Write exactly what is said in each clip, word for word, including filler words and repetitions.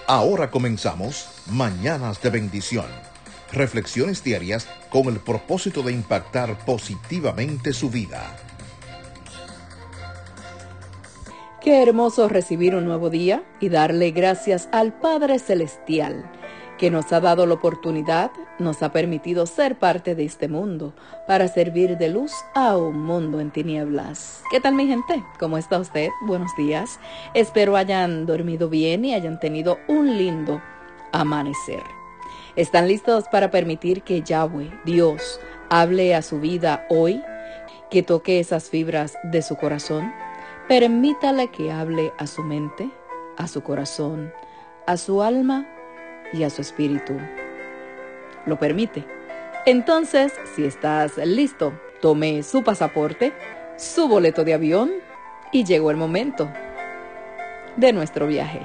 Ahora comenzamos Mañanas de Bendición. Reflexiones diarias con el propósito de impactar positivamente su vida. Qué hermoso recibir un nuevo día y darle gracias al Padre Celestial, que nos ha dado la oportunidad, nos ha permitido ser parte de este mundo, para servir de luz a un mundo en tinieblas. ¿Qué tal, mi gente? ¿Cómo está usted? Buenos días. Espero hayan dormido bien y hayan tenido un lindo amanecer. ¿Están listos para permitir que Yahweh, Dios, hable a su vida hoy? Que toque esas fibras de su corazón. Permítale que hable a su mente, a su corazón, a su alma y a su espíritu. ¿Lo permite? Entonces, si estás listo, tome su pasaporte, su boleto de avión y llegó el momento de nuestro viaje.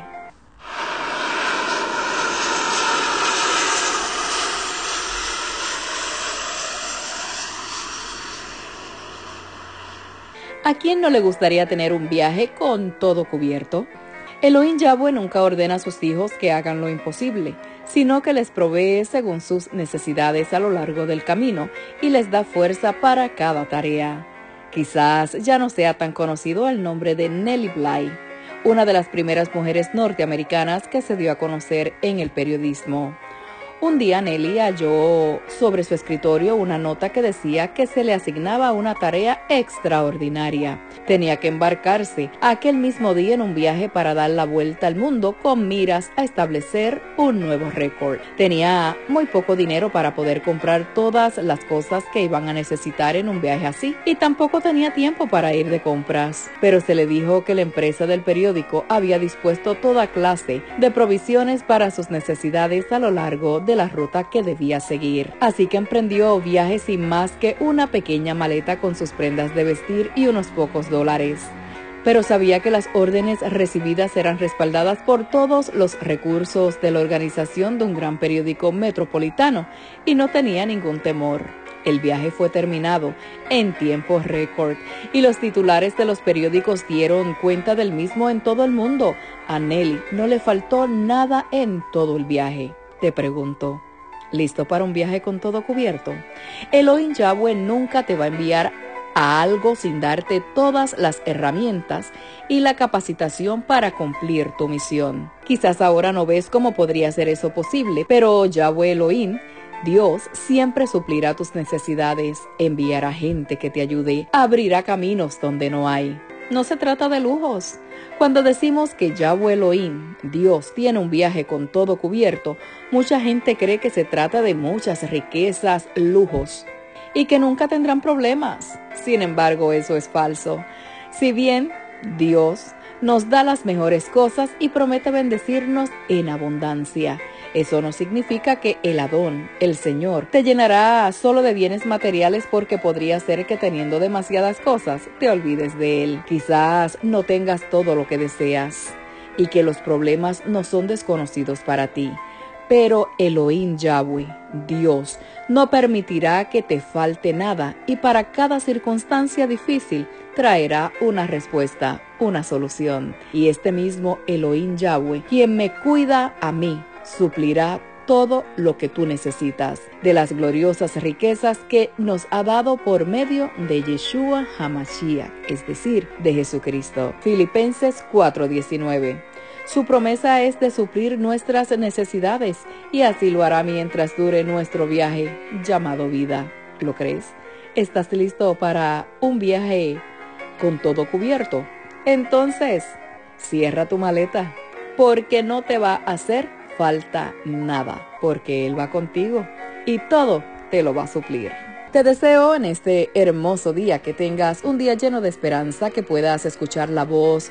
¿A quién no le gustaría tener un viaje con todo cubierto? Elohim Yahweh nunca ordena a sus hijos que hagan lo imposible, sino que les provee según sus necesidades a lo largo del camino y les da fuerza para cada tarea. Quizás ya no sea tan conocido el nombre de Nellie Bly, una de las primeras mujeres norteamericanas que se dio a conocer en el periodismo. Un día Nellie halló sobre su escritorio una nota que decía que se le asignaba una tarea extraordinaria. Tenía que embarcarse aquel mismo día en un viaje para dar la vuelta al mundo con miras a establecer un nuevo récord. Tenía muy poco dinero para poder comprar todas las cosas que iban a necesitar en un viaje así y tampoco tenía tiempo para ir de compras. Pero se le dijo que la empresa del periódico había dispuesto toda clase de provisiones para sus necesidades a lo largo de la ruta que debía seguir. Así que emprendió viaje sin más que una pequeña maleta con sus prendas de vestir y unos pocos dólares. Pero sabía que las órdenes recibidas eran respaldadas por todos los recursos de la organización de un gran periódico metropolitano y no tenía ningún temor. El viaje fue terminado en tiempo récord y los titulares de los periódicos dieron cuenta del mismo en todo el mundo. A Nellie no le faltó nada en todo el viaje. Te pregunto, ¿listo para un viaje con todo cubierto? Elohim Yahweh nunca te va a enviar a algo sin darte todas las herramientas y la capacitación para cumplir tu misión. Quizás ahora no ves cómo podría ser eso posible, pero Yahweh Elohim, Dios, siempre suplirá tus necesidades, enviará gente que te ayude, abrirá caminos donde no hay. No se trata de lujos. Cuando decimos que Yahweh Elohim, Dios, tiene un viaje con todo cubierto, mucha gente cree que se trata de muchas riquezas, lujos, y que nunca tendrán problemas. Sin embargo, eso es falso. Si bien Dios nos da las mejores cosas y promete bendecirnos en abundancia, eso no significa que el Adón, el Señor, te llenará solo de bienes materiales, porque podría ser que teniendo demasiadas cosas te olvides de Él. Quizás no tengas todo lo que deseas y que los problemas no son desconocidos para ti. Pero Elohim Yahweh, Dios, no permitirá que te falte nada y para cada circunstancia difícil traerá una respuesta, una solución. Y este mismo Elohim Yahweh, quien me cuida a mí, suplirá todo lo que tú necesitas de las gloriosas riquezas que nos ha dado por medio de Yeshua HaMashiach, es decir, de Jesucristo. Filipenses cuatro diecinueve. Su promesa es de suplir nuestras necesidades y así lo hará mientras dure nuestro viaje llamado vida. ¿Lo crees? ¿Estás listo para un viaje con todo cubierto? Entonces, cierra tu maleta, porque no te va a hacer falta nada, porque Él va contigo y todo te lo va a suplir. Te deseo en este hermoso día que tengas un día lleno de esperanza, que puedas escuchar la voz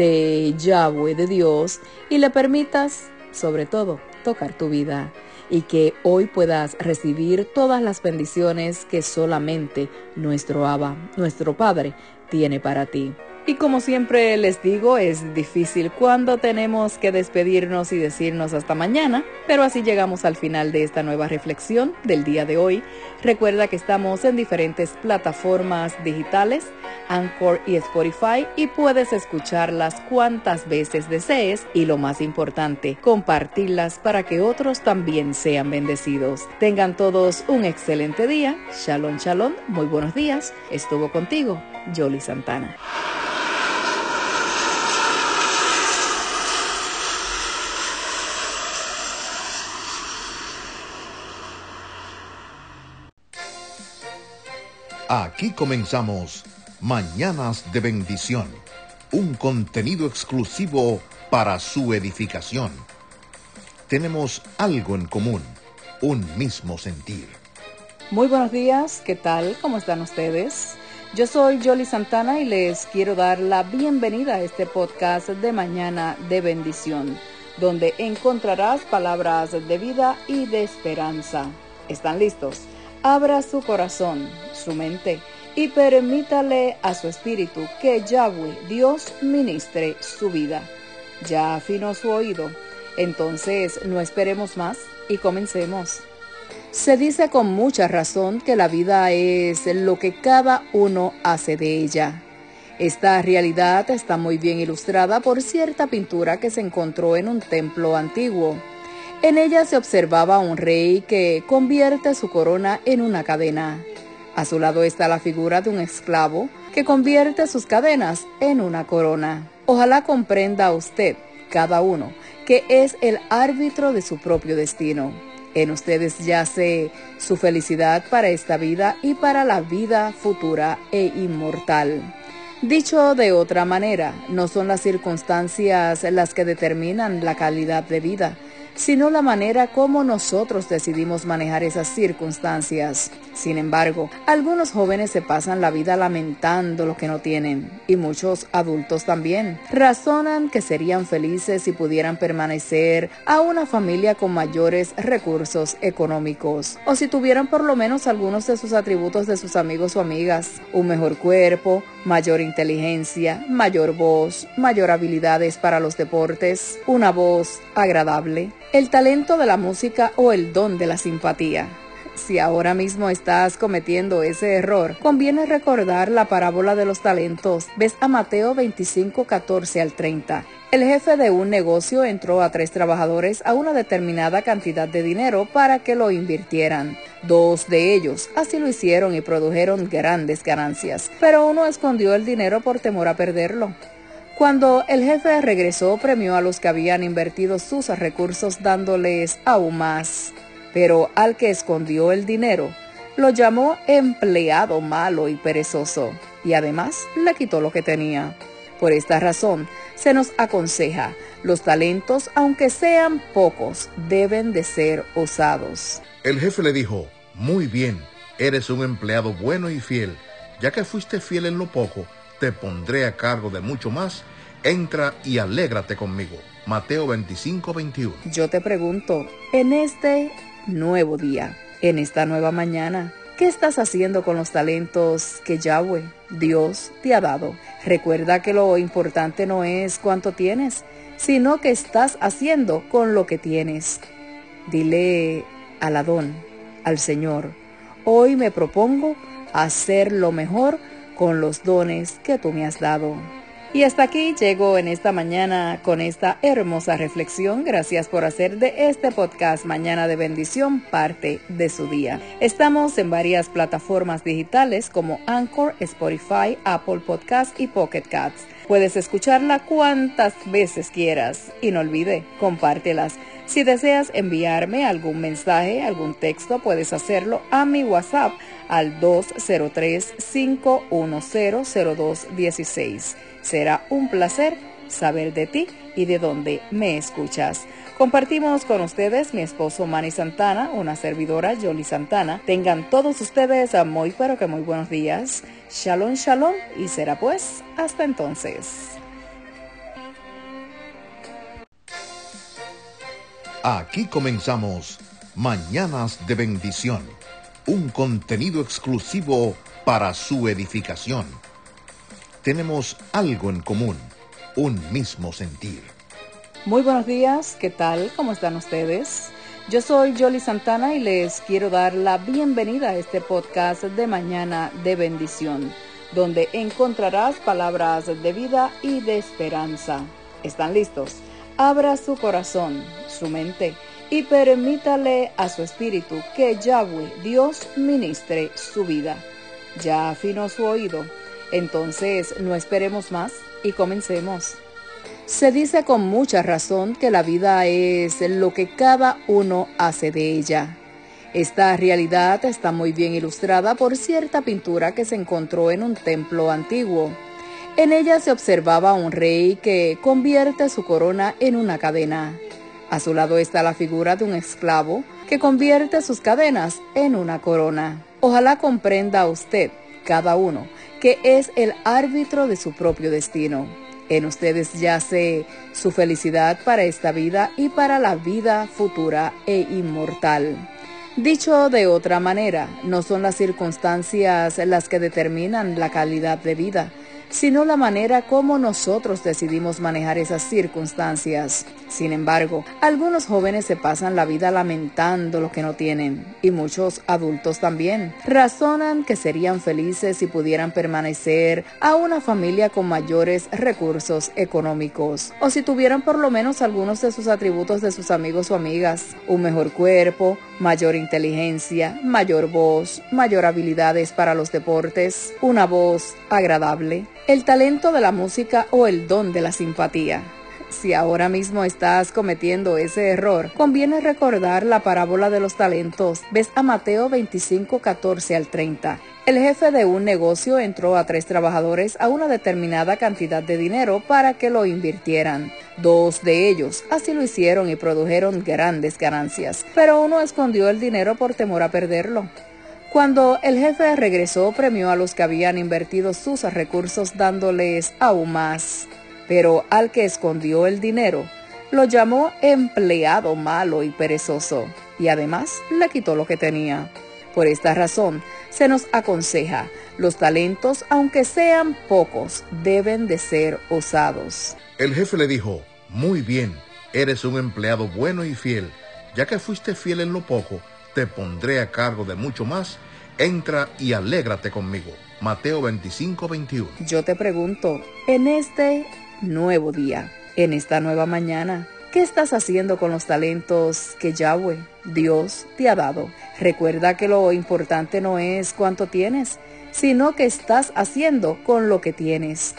de Yahweh, de Dios, y le permitas, sobre todo, tocar tu vida, y que hoy puedas recibir todas las bendiciones que solamente nuestro Abba, nuestro Padre, tiene para ti. Y como siempre les digo, es difícil cuando tenemos que despedirnos y decirnos hasta mañana, pero así llegamos al final de esta nueva reflexión del día de hoy. Recuerda que estamos en diferentes plataformas digitales, Anchor y Spotify, y puedes escucharlas cuantas veces desees y lo más importante, compartirlas para que otros también sean bendecidos. Tengan todos un excelente día. Shalom, shalom, muy buenos días. Estuvo contigo, Yoli Santana. Aquí comenzamos Mañanas de Bendición, un contenido exclusivo para su edificación. Tenemos algo en común, un mismo sentir. Muy buenos días, ¿qué tal? ¿Cómo están ustedes? Yo soy Yoli Santana y les quiero dar la bienvenida a este podcast de Mañana de Bendición, donde encontrarás palabras de vida y de esperanza. ¿Están listos? Abra su corazón, su mente, y permítale a su espíritu que Yahweh, Dios, ministre su vida. ¿Ya afinó su oído? Entonces no esperemos más y comencemos. Se dice con mucha razón que la vida es lo que cada uno hace de ella. Esta realidad está muy bien ilustrada por cierta pintura que se encontró en un templo antiguo. En ella se observaba un rey que convierte su corona en una cadena. A su lado está la figura de un esclavo que convierte sus cadenas en una corona. Ojalá comprenda usted, cada uno, que es el árbitro de su propio destino. En ustedes yace su felicidad para esta vida y para la vida futura e inmortal. Dicho de otra manera, no son las circunstancias las que determinan la calidad de vida, sino la manera como nosotros decidimos manejar esas circunstancias. Sin embargo, algunos jóvenes se pasan la vida lamentando lo que no tienen, y muchos adultos también. Razonan que serían felices si pudieran permanecer a una familia con mayores recursos económicos, o si tuvieran por lo menos algunos de sus atributos de sus amigos o amigas: un mejor cuerpo, mayor inteligencia, mayor voz, mayor habilidades para los deportes, una voz agradable, el talento de la música o el don de la simpatía. Si ahora mismo estás cometiendo ese error, conviene recordar la parábola de los talentos. Ves a Mateo veinticinco, catorce al treinta. El jefe de un negocio entró a tres trabajadores a una determinada cantidad de dinero para que lo invirtieran. Dos de ellos así lo hicieron y produjeron grandes ganancias, pero uno escondió el dinero por temor a perderlo. Cuando el jefe regresó, premió a los que habían invertido sus recursos dándoles aún más. Pero al que escondió el dinero, lo llamó empleado malo y perezoso, y además le quitó lo que tenía. Por esta razón, se nos aconseja, los talentos, aunque sean pocos, deben de ser usados. El jefe le dijo: muy bien, eres un empleado bueno y fiel. Ya que fuiste fiel en lo poco, te pondré a cargo de mucho más. Entra y alégrate conmigo. Mateo veinticinco, veintiuno. Yo te pregunto, en este nuevo día, en esta nueva mañana, ¿qué estás haciendo con los talentos que Yahweh, Dios, te ha dado? Recuerda que lo importante no es cuánto tienes, sino qué estás haciendo con lo que tienes. Dile al Adón, al Señor: hoy me propongo hacer lo mejor con los dones que tú me has dado. Y hasta aquí llego en esta mañana con esta hermosa reflexión. Gracias por hacer de este podcast Mañana de Bendición parte de su día. Estamos en varias plataformas digitales como Anchor, Spotify, Apple Podcast y Pocket Casts. Puedes escucharla cuantas veces quieras y no olvide, compártelas. Si deseas enviarme algún mensaje, algún texto, puedes hacerlo a mi WhatsApp al dos cero tres, cinco uno cero, cero dos uno seis. Será un placer saber de ti y de dónde me escuchas. Compartimos con ustedes mi esposo Manny Santana, una servidora Yoli Santana. Tengan todos ustedes muy pero que muy buenos días. Shalom, shalom, y será pues hasta entonces. Aquí comenzamos Mañanas de Bendición, un contenido exclusivo para su edificación. Tenemos algo en común, un mismo sentir. Muy buenos días, ¿qué tal? ¿Cómo están ustedes? Yo soy Yoli Santana y les quiero dar la bienvenida a este podcast de Mañana de Bendición, donde encontrarás palabras de vida y de esperanza. ¿Están listos? Abra su corazón, su mente y permítale a su espíritu que Yahweh, Dios, ministre su vida. ¿Ya afinó su oído? Entonces no esperemos más y comencemos. Se dice con mucha razón que la vida es lo que cada uno hace de ella. Esta realidad está muy bien ilustrada por cierta pintura que se encontró en un templo antiguo. En ella se observaba un rey que convierte su corona en una cadena. A su lado está la figura de un esclavo que convierte sus cadenas en una corona. Ojalá comprenda usted, cada uno, que es el árbitro de su propio destino. En ustedes yace su felicidad para esta vida y para la vida futura e inmortal. Dicho de otra manera, no son las circunstancias las que determinan la calidad de vida, sino la manera como nosotros decidimos manejar esas circunstancias. Sin embargo, algunos jóvenes se pasan la vida lamentando lo que no tienen, y muchos adultos también. Razonan que serían felices si pudieran permanecer a una familia con mayores recursos económicos, o si tuvieran por lo menos algunos de sus atributos de sus amigos o amigas: un mejor cuerpo, mayor inteligencia, mayor voz, mayor habilidades para los deportes, una voz agradable, el talento de la música o el don de la simpatía. Si ahora mismo estás cometiendo ese error, conviene recordar la parábola de los talentos. Ves a Mateo veinticinco, catorce al treinta. El jefe de un negocio entró a tres trabajadores a una determinada cantidad de dinero para que lo invirtieran. Dos de ellos así lo hicieron y produjeron grandes ganancias, pero uno escondió el dinero por temor a perderlo. Cuando el jefe regresó, premió a los que habían invertido sus recursos dándoles aún más. Pero al que escondió el dinero, lo llamó empleado malo y perezoso, y además le quitó lo que tenía. Por esta razón, se nos aconseja, los talentos, aunque sean pocos, deben de ser usados. El jefe le dijo: muy bien, eres un empleado bueno y fiel. Ya que fuiste fiel en lo poco, te pondré a cargo de mucho más. Entra y alégrate conmigo. Mateo veinticinco, veintiuno. Yo te pregunto, en este nuevo día, en esta nueva mañana, ¿qué estás haciendo con los talentos que Yahweh, Dios, te ha dado? Recuerda que lo importante no es cuánto tienes, sino qué estás haciendo con lo que tienes.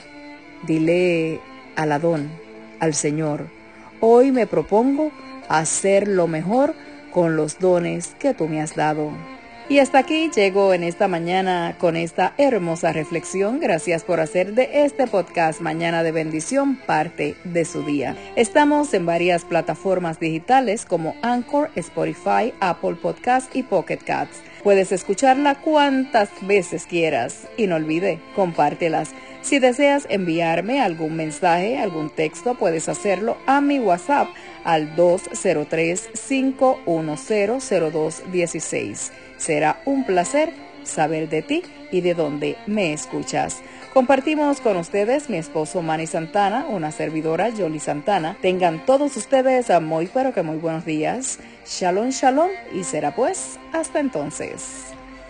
Dile al Adón, al Señor: hoy me propongo hacer lo mejor con los dones que tú me has dado. Y hasta aquí llego en esta mañana con esta hermosa reflexión. Gracias por hacer de este podcast Mañana de Bendición parte de su día. Estamos en varias plataformas digitales como Anchor, Spotify, Apple Podcast y Pocket Casts. Puedes escucharla cuantas veces quieras y no olvide, compártelas. Si deseas enviarme algún mensaje, algún texto, puedes hacerlo a mi WhatsApp al dos cero tres, cinco uno cero, cero dos uno seis. Será un placer saber de ti y de dónde me escuchas. Compartimos con ustedes mi esposo Manny Santana, una servidora Yoli Santana. Tengan todos ustedes muy pero que muy buenos días. Shalom, shalom, y será pues hasta entonces.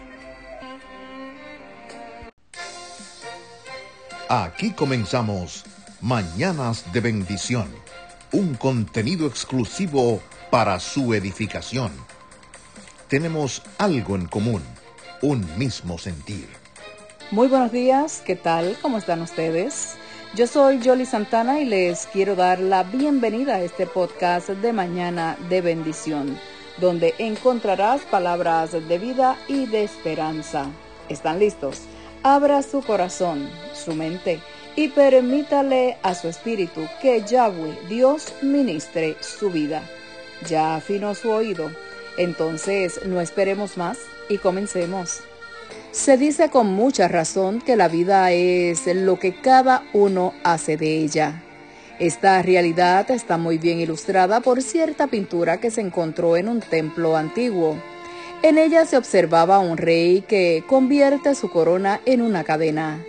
Aquí comenzamos Mañanas de Bendición, un contenido exclusivo para su edificación. Tenemos algo en común, un mismo sentir. Muy buenos días, ¿qué tal? ¿Cómo están ustedes? Yo soy Yoli Santana y les quiero dar la bienvenida a este podcast de Mañana de Bendición, donde encontrarás palabras de vida y de esperanza. ¿Están listos? Abra su corazón, su mente y permítale a su espíritu que Yahweh, Dios, ministre su vida. ¿Ya afinó su oído? Entonces no esperemos más y comencemos. Se dice con mucha razón que la vida es lo que cada uno hace de ella. Esta realidad está muy bien ilustrada por cierta pintura que se encontró en un templo antiguo. En ella se observaba un rey que convierte su corona en una cadena.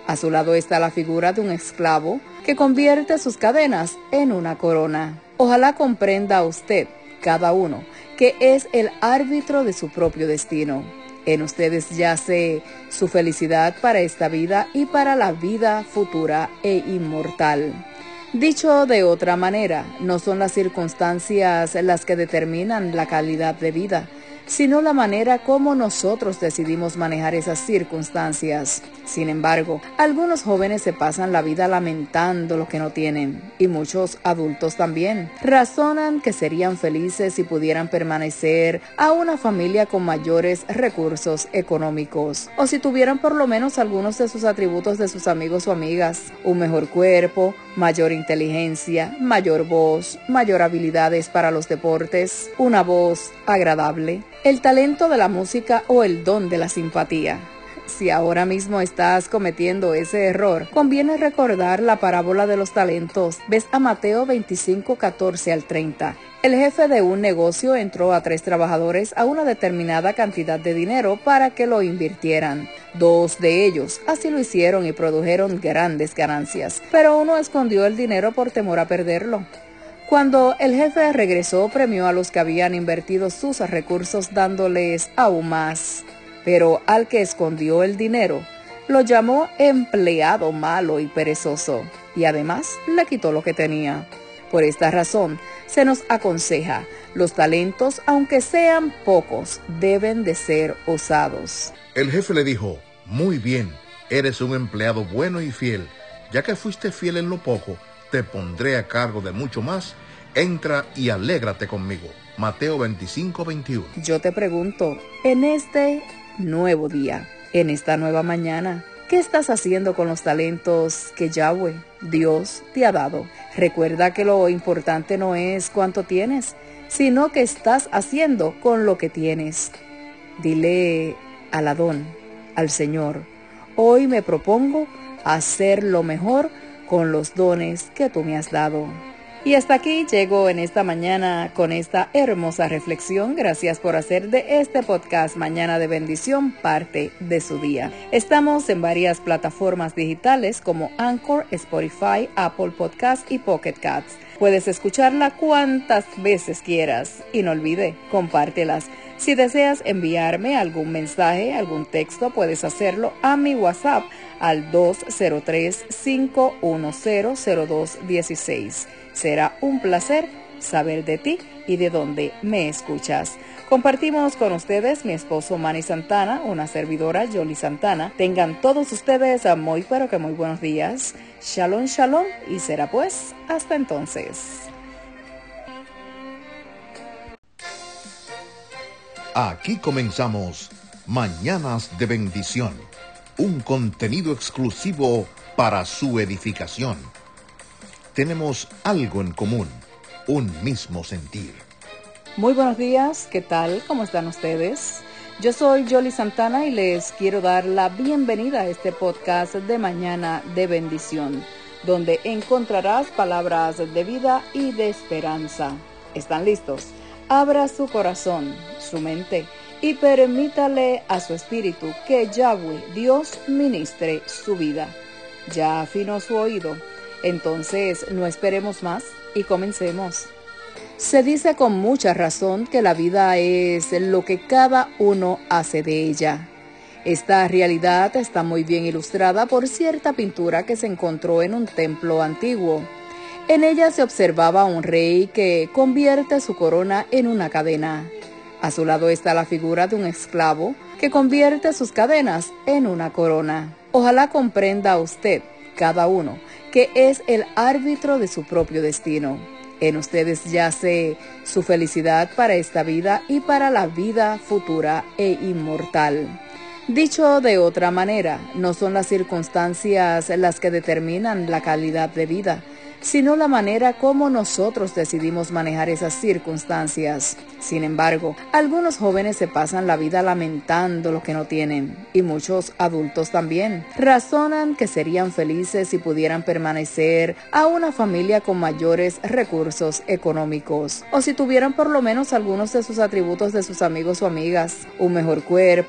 A su lado está la figura de un esclavo que convierte sus cadenas en una corona. Ojalá comprenda usted, cada uno, que es el árbitro de su propio destino. En ustedes yace su felicidad para esta vida y para la vida futura e inmortal. Dicho de otra manera, no son las circunstancias las que determinan la calidad de vida, sino la manera como nosotros decidimos manejar esas circunstancias. Sin embargo, algunos jóvenes se pasan la vida lamentando lo que no tienen, y muchos adultos también. Razonan que serían felices si pudieran permanecer a una familia con mayores recursos económicos, o si tuvieran por lo menos algunos de sus atributos de sus amigos o amigas: un mejor cuerpo, mayor inteligencia, mayor voz, mayor habilidades para los deportes, una voz agradable, el talento de la música o el don de la simpatía. Si ahora mismo estás cometiendo ese error, conviene recordar la parábola de los talentos. Ves a Mateo veinticinco, catorce al treinta. El jefe de un negocio entró a tres trabajadores a una determinada cantidad de dinero para que lo invirtieran. Dos de ellos así lo hicieron y produjeron grandes ganancias, pero uno escondió el dinero por temor a perderlo. Cuando el jefe regresó, premió a los que habían invertido sus recursos dándoles aún más. Pero al que escondió el dinero, lo llamó empleado malo y perezoso, y además le quitó lo que tenía. Por esta razón, se nos aconseja, los talentos, aunque sean pocos, deben de ser usados. El jefe le dijo: muy bien, eres un empleado bueno y fiel. Ya que fuiste fiel en lo poco, te pondré a cargo de mucho más. Entra y alégrate conmigo. Mateo veinticinco, veintiuno. Yo te pregunto, en este nuevo día, en esta nueva mañana, ¿qué estás haciendo con los talentos que Yahweh, Dios, te ha dado? Recuerda que lo importante no es cuánto tienes, sino qué estás haciendo con lo que tienes. Dile al Adón, al Señor: hoy me propongo hacer lo mejor con los dones que tú me has dado. Y hasta aquí llego en esta mañana con esta hermosa reflexión. Gracias por hacer de este podcast Mañana de Bendición parte de su día. Estamos en varias plataformas digitales como Anchor, Spotify, Apple Podcast y Pocket Casts. Puedes escucharla cuantas veces quieras y no olvide, compártelas. Si deseas enviarme algún mensaje, algún texto, puedes hacerlo a mi WhatsApp al dos cero tres, cinco uno cero, cero dos uno seis. Será un placer saber de ti y de dónde me escuchas. Compartimos con ustedes mi esposo Manny Santana, una servidora Yoli Santana. Tengan todos ustedes muy pero que muy buenos días. Shalom, shalom, y será pues hasta entonces. Aquí comenzamos Mañanas de Bendición, un contenido exclusivo para su edificación. Tenemos algo en común, un mismo sentir. Muy buenos días, ¿qué tal? ¿Cómo están ustedes? Yo soy Yoli Santana y les quiero dar la bienvenida a este podcast de Mañana de Bendición, donde encontrarás palabras de vida y de esperanza. ¿Están listos? Abra su corazón, su mente y permítale a su espíritu que Yahweh, Dios, ministre su vida. ¿Ya afinó su oído? Entonces no esperemos más y comencemos. Se dice con mucha razón que la vida es lo que cada uno hace de ella. Esta realidad está muy bien ilustrada por cierta pintura que se encontró en un templo antiguo. En ella se observaba un rey que convierte su corona en una cadena. A su lado está la figura de un esclavo que convierte sus cadenas en una corona. Ojalá comprenda usted, cada uno, que es el árbitro de su propio destino. En ustedes yace su felicidad para esta vida y para la vida futura e inmortal. Dicho de otra manera, no son las circunstancias las que determinan la calidad de vida, sino la manera como nosotros decidimos manejar esas circunstancias. Sin embargo, algunos jóvenes se pasan la vida lamentando lo que no tienen, y muchos adultos también. Razonan que serían felices si pudieran permanecer a una familia con mayores recursos económicos, o si tuvieran por lo menos algunos de sus atributos de sus amigos o amigas: un mejor cuerpo,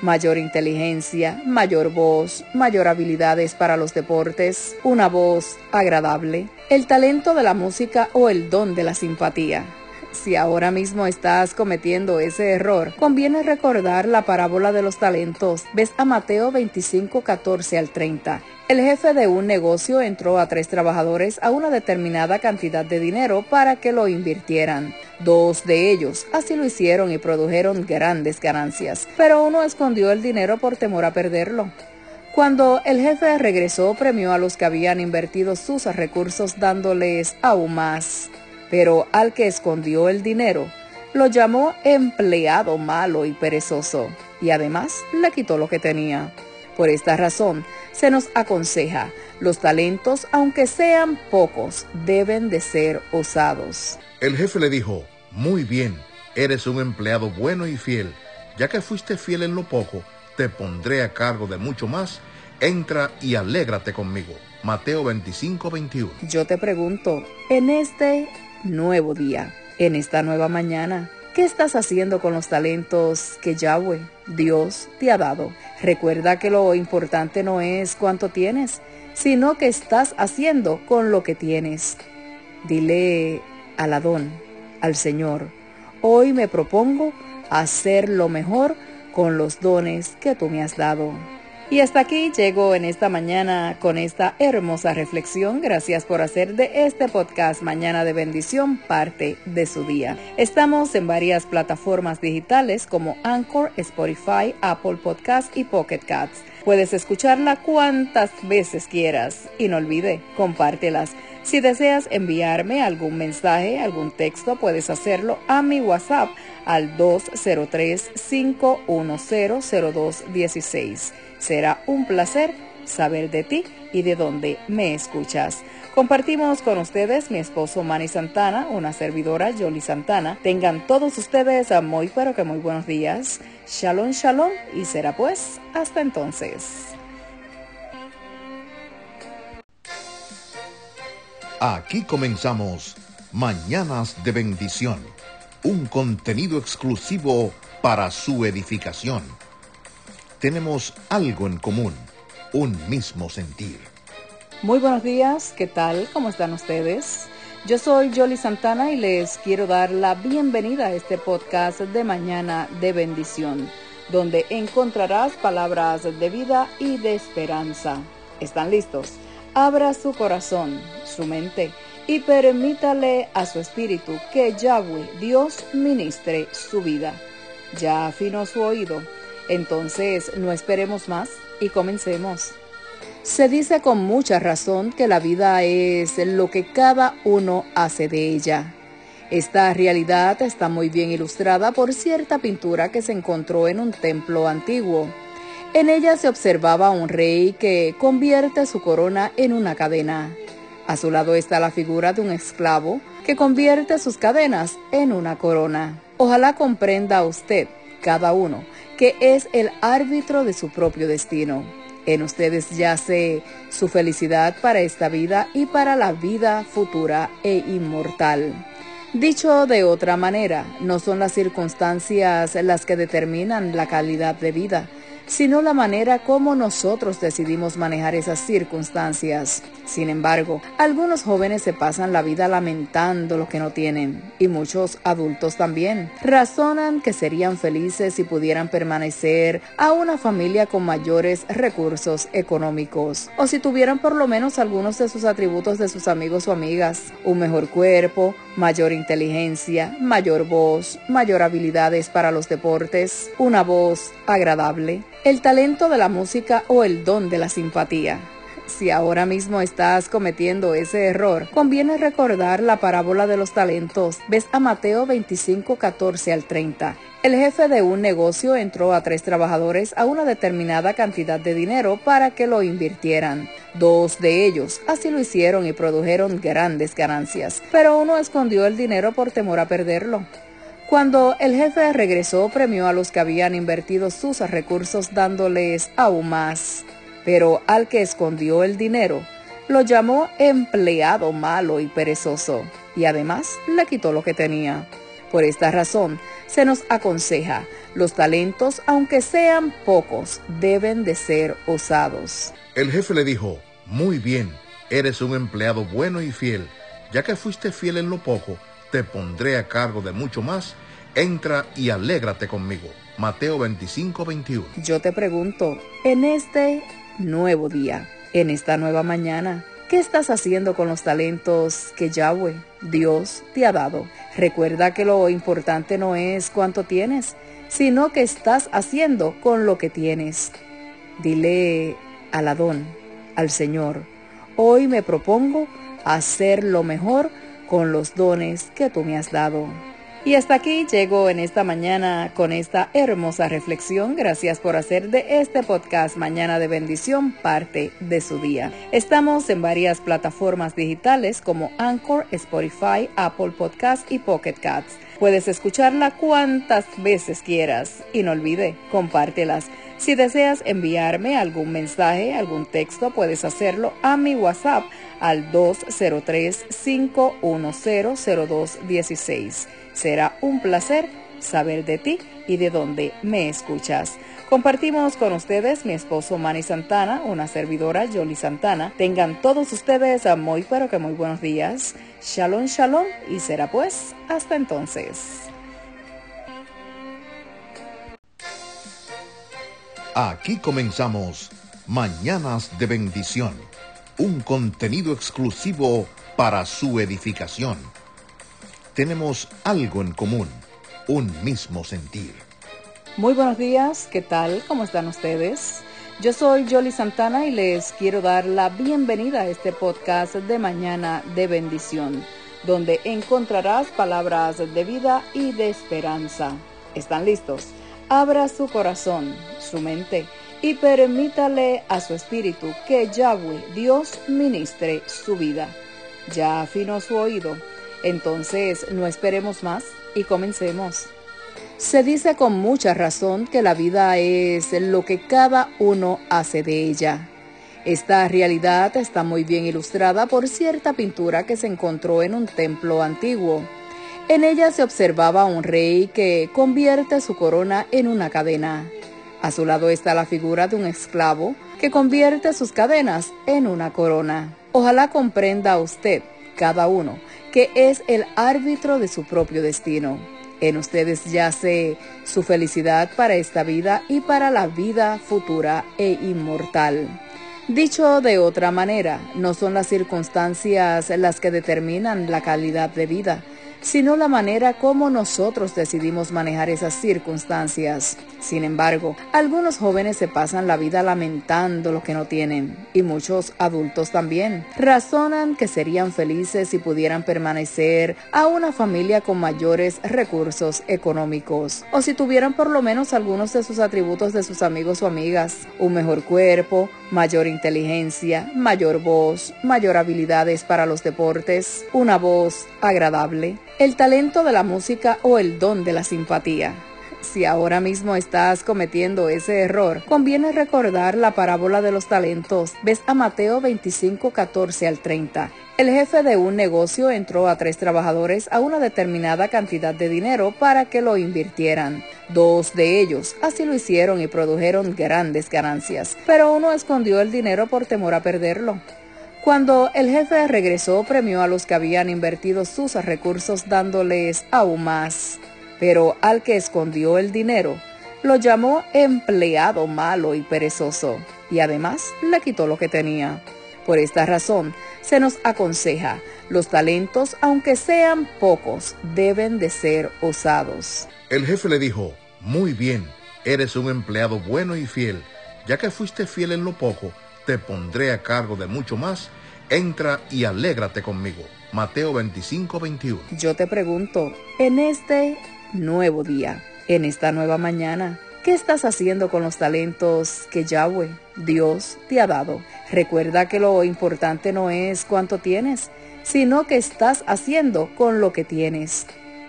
mayor inteligencia, mayor voz, mayor habilidades para los deportes, una voz agradable, el talento de la música o el don de la simpatía. Si ahora mismo estás cometiendo ese error, conviene recordar la parábola de los talentos. Ves a Mateo veinticinco, catorce al treinta. El jefe de un negocio entró a tres trabajadores a una determinada cantidad de dinero para que lo invirtieran. Dos de ellos así lo hicieron y produjeron grandes ganancias, pero uno escondió el dinero por temor a perderlo. Cuando el jefe regresó, premió a los que habían invertido sus recursos dándoles aún más. Pero al que escondió el dinero, lo llamó empleado malo y perezoso, y además le quitó lo que tenía. Por esta razón, se nos aconseja, los talentos, aunque sean pocos, deben de ser usados. El jefe le dijo, muy bien, eres un empleado bueno y fiel. Ya que fuiste fiel en lo poco, te pondré a cargo de mucho más. Entra y alégrate conmigo. Mateo veinticinco, veintiuno. Yo te pregunto, en este nuevo día, en esta nueva mañana, ¿qué estás haciendo con los talentos que Yahweh, Dios, te ha dado? Recuerda que lo importante no es cuánto tienes, sino qué estás haciendo con lo que tienes. Dile al Adón, al Señor, hoy me propongo hacer lo mejor con los dones que tú me has dado. Y hasta aquí llego en esta mañana con esta hermosa reflexión. Gracias por hacer de este podcast Mañana de Bendición parte de su día. Estamos en varias plataformas digitales como Anchor, Spotify, Apple Podcast y Pocket Casts. Puedes escucharla cuantas veces quieras y no olvide, compártelas. Si deseas enviarme algún mensaje, algún texto, puedes hacerlo a mi WhatsApp al dos cero tres, cinco uno cero, cero dos uno seis. Será un placer saber de ti y de dónde me escuchas. Compartimos con ustedes mi esposo Manny Santana, una servidora Yoli Santana. Tengan todos ustedes muy pero que muy buenos días. Shalom, shalom y será pues hasta entonces. Aquí comenzamos Mañanas de Bendición, un contenido exclusivo para su edificación. Tenemos algo en común, un mismo sentir. Muy buenos días, ¿qué tal? ¿Cómo están ustedes? Yo soy Yoli Santana y les quiero dar la bienvenida a este podcast de Mañana de Bendición, donde encontrarás palabras de vida y de esperanza. ¿Están listos? Abra su corazón, su mente y permítale a su espíritu que Yahweh, Dios, ministre su vida. ¿Ya afinó su oído? Entonces no esperemos más y comencemos. Se dice con mucha razón que la vida es lo que cada uno hace de ella. Esta realidad está muy bien ilustrada por cierta pintura que se encontró en un templo antiguo. En ella se observaba un rey que convierte su corona en una cadena. A su lado está la figura de un esclavo que convierte sus cadenas en una corona. Ojalá comprenda usted, cada uno, que es el árbitro de su propio destino. En ustedes yace su felicidad para esta vida y para la vida futura e inmortal. Dicho de otra manera, no son las circunstancias las que determinan la calidad de vida, sino la manera como nosotros decidimos manejar esas circunstancias. Sin embargo, algunos jóvenes se pasan la vida lamentando lo que no tienen, y muchos adultos también. Razonan que serían felices si pudieran permanecer a una familia con mayores recursos económicos, o si tuvieran por lo menos algunos de sus atributos de sus amigos o amigas: un mejor cuerpo, mayor inteligencia, mayor voz, mayor habilidades para los deportes, una voz agradable, el talento de la música o el don de la simpatía. Si ahora mismo estás cometiendo ese error, conviene recordar la parábola de los talentos. Ves a Mateo veinticinco, catorce al treinta. El jefe de un negocio entró a tres trabajadores a una determinada cantidad de dinero para que lo invirtieran. Dos de ellos así lo hicieron y produjeron grandes ganancias, pero uno escondió el dinero por temor a perderlo. Cuando el jefe regresó, premió a los que habían invertido sus recursos dándoles aún más. Pero al que escondió el dinero, lo llamó empleado malo y perezoso, y además le quitó lo que tenía. Por esta razón, se nos aconseja, los talentos, aunque sean pocos, deben de ser usados. El jefe le dijo, muy bien, eres un empleado bueno y fiel. Ya que fuiste fiel en lo poco, te pondré a cargo de mucho más. Entra y alégrate conmigo. Mateo veinticinco, veintiuno. Yo te pregunto, en este nuevo día, en esta nueva mañana, ¿qué estás haciendo con los talentos que Yahweh, Dios, te ha dado? Recuerda que lo importante no es cuánto tienes, sino qué estás haciendo con lo que tienes. Dile al Adón, al Señor, hoy me propongo hacer lo mejor con los dones que tú me has dado. Y hasta aquí llego en esta mañana con esta hermosa reflexión. Gracias por hacer de este podcast Mañana de Bendición parte de su día. Estamos en varias plataformas digitales como Anchor, Spotify, Apple Podcast y Pocket Casts. Puedes escucharla cuantas veces quieras y no olvide, compártelas. Si deseas enviarme algún mensaje, algún texto, puedes hacerlo a mi WhatsApp al dos cero tres, cinco uno cero, cero dos uno seis. Será un placer saber de ti y de dónde me escuchas. Compartimos con ustedes mi esposo Manny Santana, una servidora Yoli Santana. Tengan todos ustedes muy pero que muy buenos días. Shalom, shalom y será pues hasta entonces. Aquí comenzamos Mañanas de Bendición, un contenido exclusivo para su edificación. Tenemos algo en común, un mismo sentir. Muy buenos días, ¿qué tal? ¿Cómo están ustedes? Yo soy Yoli Santana y les quiero dar la bienvenida a este podcast de Mañana de Bendición, donde encontrarás palabras de vida y de esperanza. ¿Están listos? Abra su corazón, su mente y permítale a su espíritu que Yahweh, Dios, ministre su vida. ¿Ya afinó su oído? Entonces no esperemos más y comencemos. Se dice con mucha razón que la vida es lo que cada uno hace de ella. Esta realidad está muy bien ilustrada por cierta pintura que se encontró en un templo antiguo. En ella se observaba un rey que convierte su corona en una cadena. A su lado está la figura de un esclavo que convierte sus cadenas en una corona. Ojalá comprenda usted, cada uno, que es el árbitro de su propio destino. En ustedes yace su felicidad para esta vida y para la vida futura e inmortal. Dicho de otra manera, no son las circunstancias las que determinan la calidad de vida, sino la manera como nosotros decidimos manejar esas circunstancias. Sin embargo, algunos jóvenes se pasan la vida lamentando lo que no tienen, y muchos adultos también. Razonan que serían felices si pudieran permanecer a una familia con mayores recursos económicos, o si tuvieran por lo menos algunos de sus atributos de sus amigos o amigas: un mejor cuerpo, mayor inteligencia, mayor voz, mayor habilidades para los deportes, una voz agradable, el talento de la música o el don de la simpatía. Si ahora mismo estás cometiendo ese error, conviene recordar la parábola de los talentos. Ves a Mateo veinticinco, catorce al treinta. El jefe de un negocio entró a tres trabajadores a una determinada cantidad de dinero para que lo invirtieran. Dos de ellos así lo hicieron y produjeron grandes ganancias, pero uno escondió el dinero por temor a perderlo. Cuando el jefe regresó, premió a los que habían invertido sus recursos dándoles aún más. Pero al que escondió el dinero, lo llamó empleado malo y perezoso, y además le quitó lo que tenía. Por esta razón, se nos aconseja, los talentos, aunque sean pocos, deben de ser usados. El jefe le dijo, muy bien, eres un empleado bueno y fiel. Ya que fuiste fiel en lo poco, te pondré a cargo de mucho más. Entra y alégrate conmigo. Mateo veinticinco, veintiuno. Yo te pregunto, en este nuevo día, en esta nueva mañana, ¿qué estás haciendo con los talentos que Yahweh, Dios, te ha dado? Recuerda que lo importante no es cuánto tienes, sino qué estás haciendo con lo que tienes.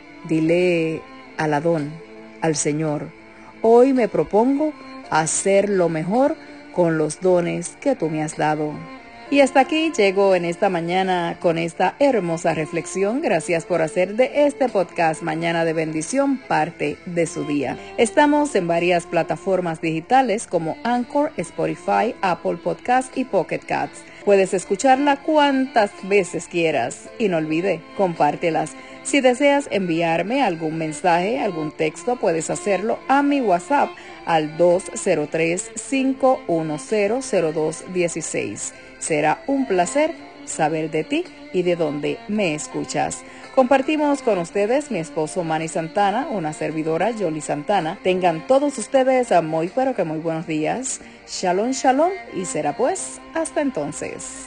Dile al Adón, al Señor, hoy me propongo hacer lo mejor con los dones que tú me has dado. Y hasta aquí llego en esta mañana con esta hermosa reflexión. Gracias por hacer de este podcast Mañana de Bendición parte de su día. Estamos en varias plataformas digitales como Anchor, Spotify, Apple Podcast y Pocket Casts. Puedes escucharla cuantas veces quieras y no olvide, compártelas. Si deseas enviarme algún mensaje, algún texto, puedes hacerlo a mi WhatsApp al dos cero tres, cinco uno cero, cero dos uno seis. Será un placer saber de ti y de dónde me escuchas. Compartimos con ustedes mi esposo Manny Santana, una servidora Yoli Santana. Tengan todos ustedes muy pero que muy buenos días. Shalom, shalom y será pues hasta entonces.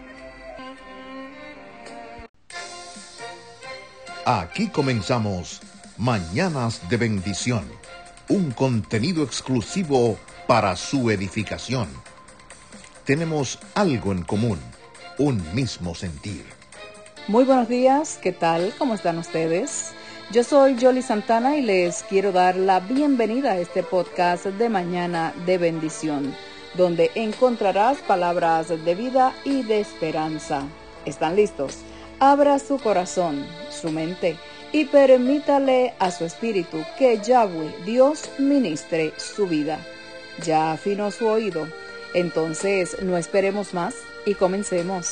Aquí comenzamos Mañanas de Bendición, un contenido exclusivo para su edificación. Tenemos algo en común, un mismo sentir. Muy buenos días, ¿qué tal? ¿Cómo están ustedes? Yo soy Yoli Santana y les quiero dar la bienvenida a este podcast de Mañana de Bendición, donde encontrarás palabras de vida y de esperanza. ¿Están listos? Abra su corazón, su mente y permítale a su espíritu que Yahweh, Dios, ministre su vida. ¿Ya afinó su oído? Entonces no esperemos más y comencemos.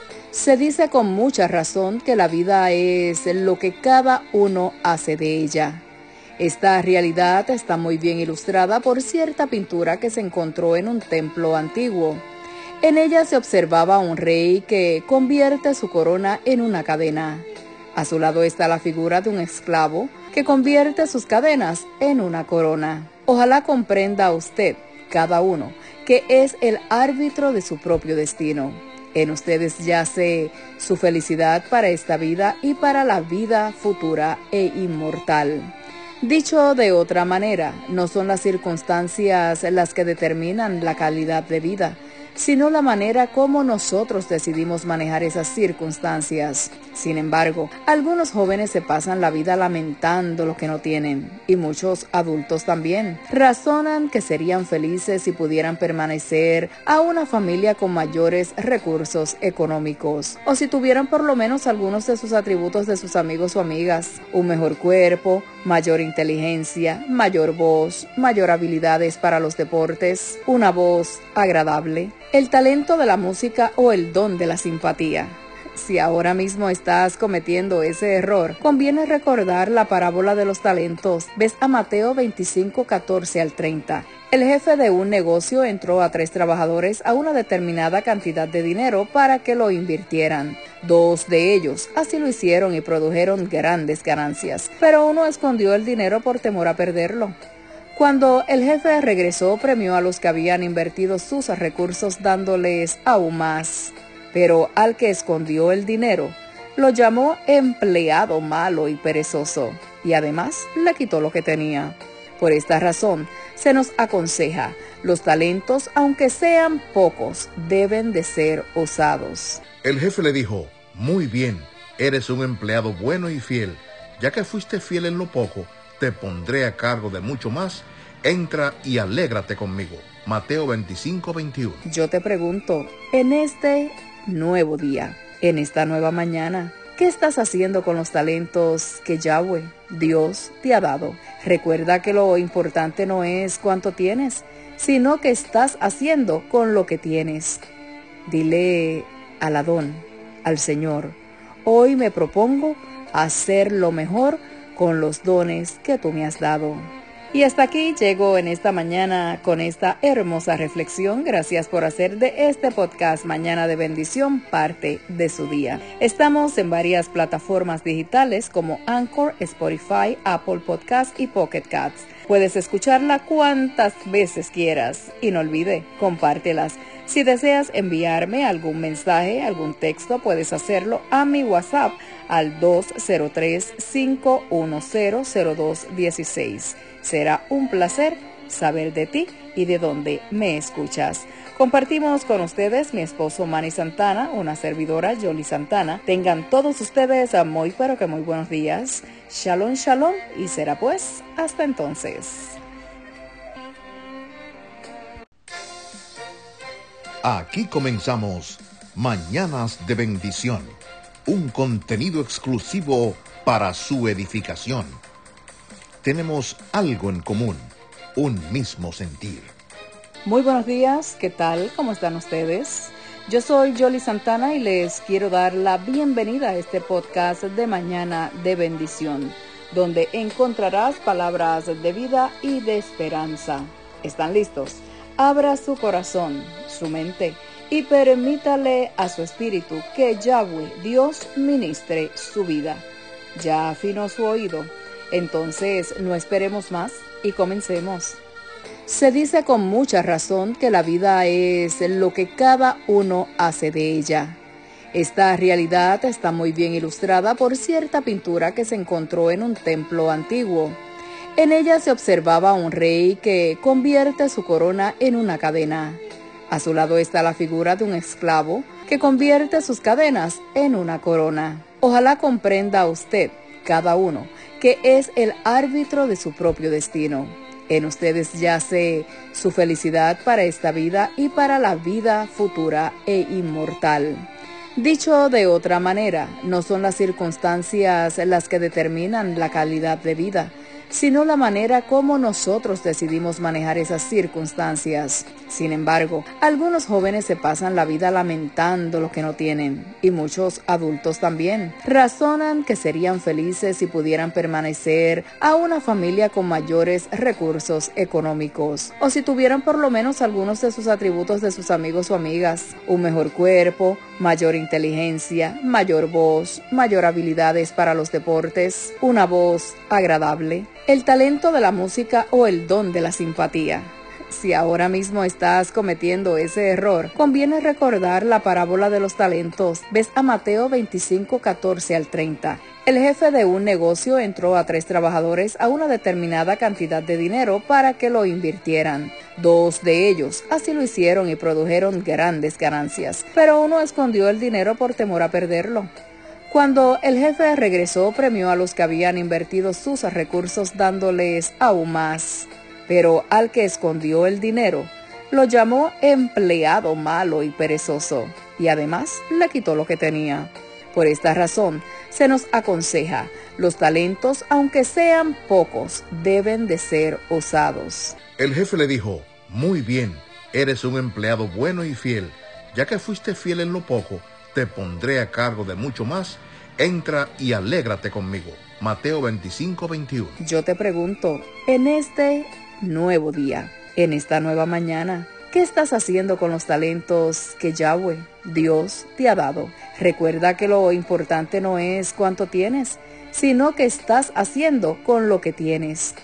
Se dice con mucha razón que la vida es lo que cada uno hace de ella. Esta realidad está muy bien ilustrada por cierta pintura que se encontró en un templo antiguo. En ella se observaba un rey que convierte su corona en una cadena. A su lado está la figura de un esclavo que convierte sus cadenas en una corona. Ojalá comprenda usted, cada uno, que es el árbitro de su propio destino. En ustedes yace su felicidad para esta vida y para la vida futura e inmortal. Dicho de otra manera, no son las circunstancias las que determinan la calidad de vida, sino la manera como nosotros decidimos manejar esas circunstancias. Sin embargo, algunos jóvenes se pasan la vida lamentando lo que no tienen, y muchos adultos también. Razonan que serían felices si pudieran permanecer a una familia con mayores recursos económicos, o si tuvieran por lo menos algunos de sus atributos de sus amigos o amigas: un mejor cuerpo, mayor inteligencia, mayor voz, mayor habilidades para los deportes, una voz agradable, el talento de la música o el don de la simpatía. Si ahora mismo estás cometiendo ese error, conviene recordar la parábola de los talentos. Ves a Mateo veinticinco, catorce al treinta. El jefe de un negocio entró a tres trabajadores a una determinada cantidad de dinero para que lo invirtieran. Dos de ellos así lo hicieron y produjeron grandes ganancias, pero uno escondió el dinero por temor a perderlo. Cuando el jefe regresó, premió a los que habían invertido sus recursos dándoles aún más. Pero al que escondió el dinero, lo llamó empleado malo y perezoso, y además le quitó lo que tenía. Por esta razón, se nos aconseja, los talentos, aunque sean pocos, deben de ser usados. El jefe le dijo: muy bien, eres un empleado bueno y fiel. Ya que fuiste fiel en lo poco, te pondré a cargo de mucho más. Entra y alégrate conmigo. Mateo veinticinco, veintiuno. Yo te pregunto, en este nuevo día, en esta nueva mañana, ¿qué estás haciendo con los talentos que Yahweh, Dios, te ha dado? Recuerda que lo importante no es cuánto tienes, sino qué estás haciendo con lo que tienes. Dile al Adón, al Señor: hoy me propongo hacer lo mejor con los dones que tú me has dado. Y hasta aquí llego en esta mañana con esta hermosa reflexión. Gracias por hacer de este podcast Mañana de Bendición parte de su día. Estamos en varias plataformas digitales como Anchor, Spotify, Apple Podcast y Pocket Casts. Puedes escucharla cuantas veces quieras y no olvide, compártelas. Si deseas enviarme algún mensaje, algún texto, puedes hacerlo a mi WhatsApp al dos cero tres, cinco uno cero, cero dos uno seis. Será un placer saber de ti y de dónde me escuchas. Compartimos con ustedes mi esposo Manny Santana, una servidora Yoli Santana. Tengan todos ustedes muy pero que muy buenos días. Shalom, shalom y será pues hasta entonces. Aquí comenzamos Mañanas de Bendición, un contenido exclusivo para su edificación. Tenemos algo en común, un mismo sentir. Muy buenos días, ¿qué tal? ¿Cómo están ustedes? Yo soy Yoli Santana y les quiero dar la bienvenida a este podcast de Mañana de Bendición, donde encontrarás palabras de vida y de esperanza. ¿Están listos? Abra su corazón, su mente y permítale a su espíritu que Yahweh, Dios, ministre su vida. ¿Ya afinó su oído? Entonces no esperemos más y comencemos. Se dice con mucha razón que la vida es lo que cada uno hace de ella. Esta realidad está muy bien ilustrada por cierta pintura que se encontró en un templo antiguo. En ella se observaba un rey que convierte su corona en una cadena. A su lado está la figura de un esclavo que convierte sus cadenas en una corona. Ojalá comprenda usted, cada uno, que es el árbitro de su propio destino. En ustedes yace su felicidad para esta vida y para la vida futura e inmortal. Dicho de otra manera, no son las circunstancias las que determinan la calidad de vida, sino la manera como nosotros decidimos manejar esas circunstancias. Sin embargo, algunos jóvenes se pasan la vida lamentando lo que no tienen, y muchos adultos también. Razonan que serían felices si pudieran permanecer a una familia con mayores recursos económicos, o si tuvieran por lo menos algunos de sus atributos de sus amigos o amigas: un mejor cuerpo, mayor inteligencia, mayor voz, mayor habilidades para los deportes, una voz agradable, el talento de la música o el don de la simpatía. Si ahora mismo estás cometiendo ese error, conviene recordar la parábola de los talentos. Ves a Mateo veinticinco, catorce al treinta. El jefe de un negocio entró a tres trabajadores a una determinada cantidad de dinero para que lo invirtieran. Dos de ellos así lo hicieron y produjeron grandes ganancias, pero uno escondió el dinero por temor a perderlo. Cuando el jefe regresó, premió a los que habían invertido sus recursos dándoles aún más. Pero al que escondió el dinero, lo llamó empleado malo y perezoso, y además le quitó lo que tenía. Por esta razón, se nos aconseja, los talentos, aunque sean pocos, deben de ser usados. El jefe le dijo: muy bien, eres un empleado bueno y fiel. Ya que fuiste fiel en lo poco, te pondré a cargo de mucho más. Entra y alégrate conmigo. Mateo veinticinco, veintiuno. Yo te pregunto, en este nuevo día, en esta nueva mañana, ¿qué estás haciendo con los talentos que Yahweh, Dios, te ha dado? Recuerda que lo importante no es cuánto tienes, sino qué estás haciendo con lo que tienes.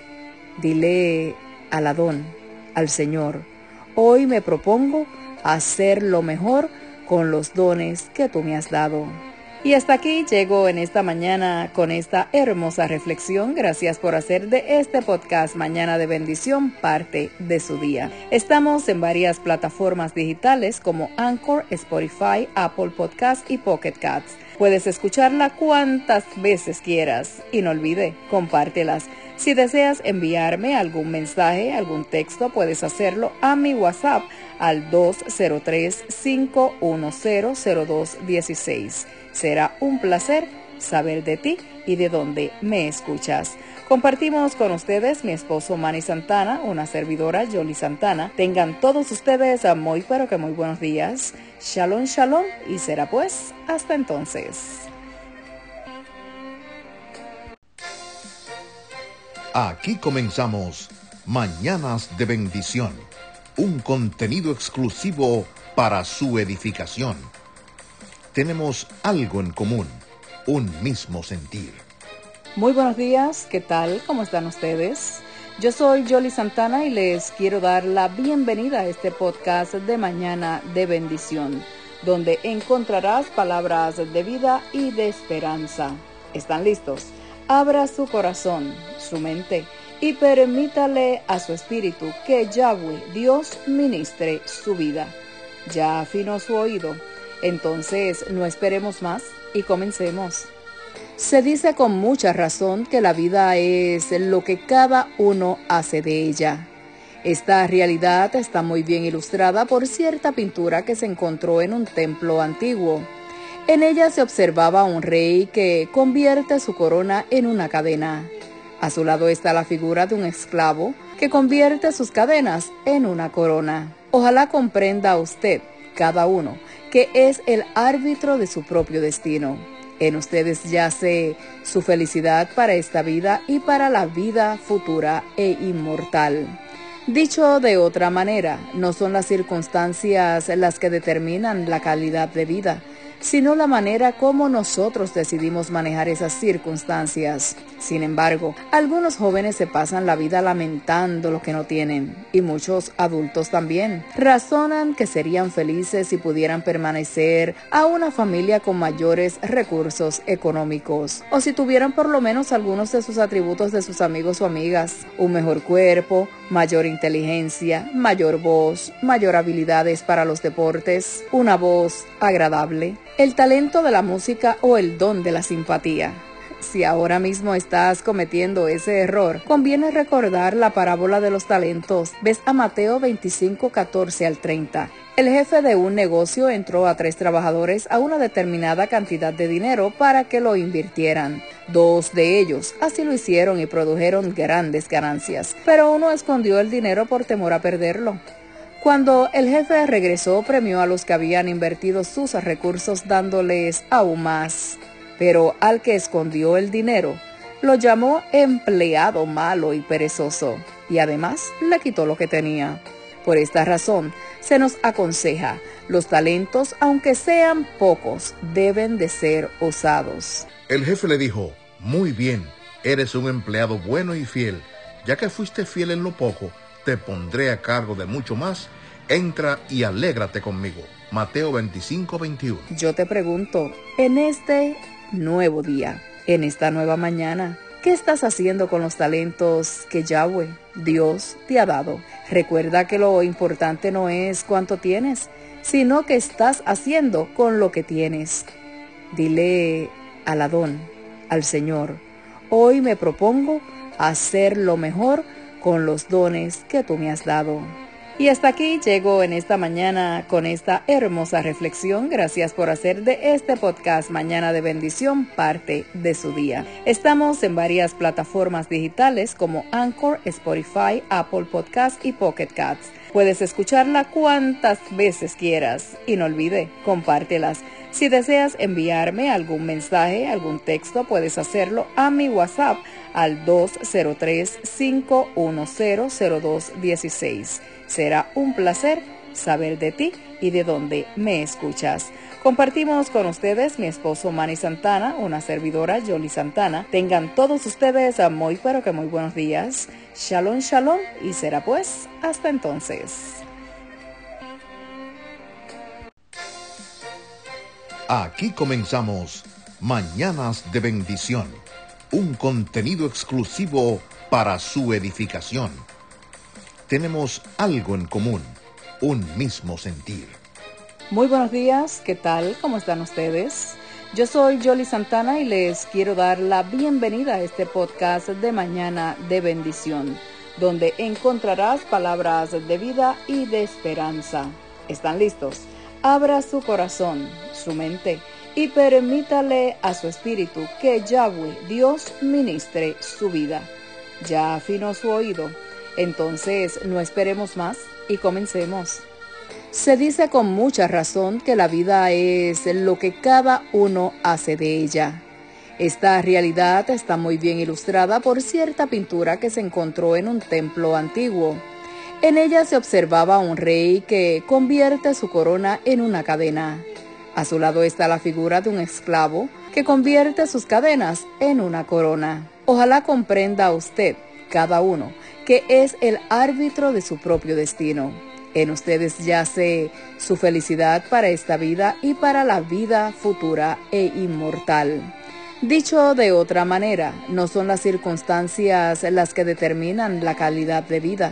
Dile al Adón, al Señor: hoy me propongo hacer lo mejor con los dones que tú me has dado. Y hasta aquí llego en esta mañana con esta hermosa reflexión. Gracias por hacer de este podcast Mañana de Bendición parte de su día. Estamos en varias plataformas digitales como Anchor, Spotify, Apple Podcast y Pocket Casts. Puedes escucharla cuantas veces quieras y no olvide, compártelas. Si deseas enviarme algún mensaje, algún texto, puedes hacerlo a mi WhatsApp al dos cero tres, cinco uno cero, cero dos uno seis. Será un placer saber de ti y de dónde me escuchas. Compartimos con ustedes mi esposo Manny Santana, una servidora Yoli Santana. Tengan todos ustedes muy pero que muy buenos días. Shalom, shalom, y será pues hasta entonces. Aquí comenzamos Mañanas de Bendición, un contenido exclusivo para su edificación. Tenemos algo en común, un mismo sentir. Muy buenos días, ¿qué tal? ¿Cómo están ustedes? Yo soy Yoli Santana y les quiero dar la bienvenida a este podcast de Mañana de Bendición, donde encontrarás palabras de vida y de esperanza. ¿Están listos? Abra su corazón, su mente y permítale a su espíritu que Yahweh, Dios, ministre su vida. ¿Ya afinó su oído? Entonces no esperemos más y comencemos. Se dice con mucha razón que la vida es lo que cada uno hace de ella. Esta realidad está muy bien ilustrada por cierta pintura que se encontró en un templo antiguo. En ella se observaba un rey que convierte su corona en una cadena. A su lado está la figura de un esclavo que convierte sus cadenas en una corona. Ojalá comprenda usted, cada uno, que es el árbitro de su propio destino. En ustedes yace su felicidad para esta vida y para la vida futura e inmortal. Dicho de otra manera, no son las circunstancias las que determinan la calidad de vida, sino la manera como nosotros decidimos manejar esas circunstancias. Sin embargo, algunos jóvenes se pasan la vida lamentando lo que no tienen, y muchos adultos también. Razonan que serían felices si pudieran permanecer a una familia con mayores recursos económicos, o si tuvieran por lo menos algunos de sus atributos de sus amigos o amigas: un mejor cuerpo, mayor inteligencia, mayor voz, mayor habilidades para los deportes, una voz agradable, el talento de la música o el don de la simpatía. Si ahora mismo estás cometiendo ese error, conviene recordar la parábola de los talentos. Ves a Mateo veinticinco, catorce al treinta. El jefe de un negocio entró a tres trabajadores a una determinada cantidad de dinero para que lo invirtieran. Dos de ellos así lo hicieron y produjeron grandes ganancias, pero uno escondió el dinero por temor a perderlo. Cuando el jefe regresó, premió a los que habían invertido sus recursos dándoles aún más. Pero al que escondió el dinero, lo llamó empleado malo y perezoso, y además le quitó lo que tenía. Por esta razón, se nos aconseja, los talentos, aunque sean pocos, deben de ser usados. El jefe le dijo: muy bien, eres un empleado bueno y fiel. Ya que fuiste fiel en lo poco, te pondré a cargo de mucho más. Entra y alégrate conmigo. Mateo veinticinco, veintiuno. Yo te pregunto, en este nuevo día, en esta nueva mañana, ¿qué estás haciendo con los talentos que Yahweh, Dios, te ha dado? Recuerda que lo importante no es cuánto tienes, sino qué estás haciendo con lo que tienes. Dile al Adón, al Señor: hoy me propongo hacer lo mejor con los dones que tú me has dado. Y hasta aquí llego en esta mañana con esta hermosa reflexión. Gracias por hacer de este podcast Mañana de Bendición parte de su día. Estamos en varias plataformas digitales como Anchor, Spotify, Apple Podcast y Pocket Casts. Puedes escucharla cuantas veces quieras y no olvide, compártelas. Si deseas enviarme algún mensaje, algún texto, puedes hacerlo a mi WhatsApp al dos cero tres, cinco uno cero, cero dos uno seis. Será un placer saber de ti y de dónde me escuchas. Compartimos con ustedes mi esposo Manny Santana, una servidora Yoli Santana. Tengan todos ustedes muy pero que muy buenos días. Shalom, shalom, y será pues hasta entonces. Aquí comenzamos Mañanas de Bendición, un contenido exclusivo para su edificación. Tenemos algo en común, un mismo sentir. Muy buenos días, ¿qué tal? ¿Cómo están ustedes? Yo soy Yoli Santana y les quiero dar la bienvenida a este podcast de Mañana de Bendición, donde encontrarás palabras de vida y de esperanza. ¿Están listos? Abra su corazón, su mente y permítale a su espíritu que Yahweh, Dios, ministre su vida. ¿Ya afinó su oído? Entonces no esperemos más y comencemos. Se dice con mucha razón que la vida es lo que cada uno hace de ella. Esta realidad está muy bien ilustrada por cierta pintura que se encontró en un templo antiguo. En ella se observaba un rey que convierte su corona en una cadena. A su lado está la figura de un esclavo que convierte sus cadenas en una corona. Ojalá comprenda usted, cada uno, que es el árbitro de su propio destino. En ustedes yace su felicidad para esta vida y para la vida futura e inmortal. Dicho de otra manera, no son las circunstancias las que determinan la calidad de vida,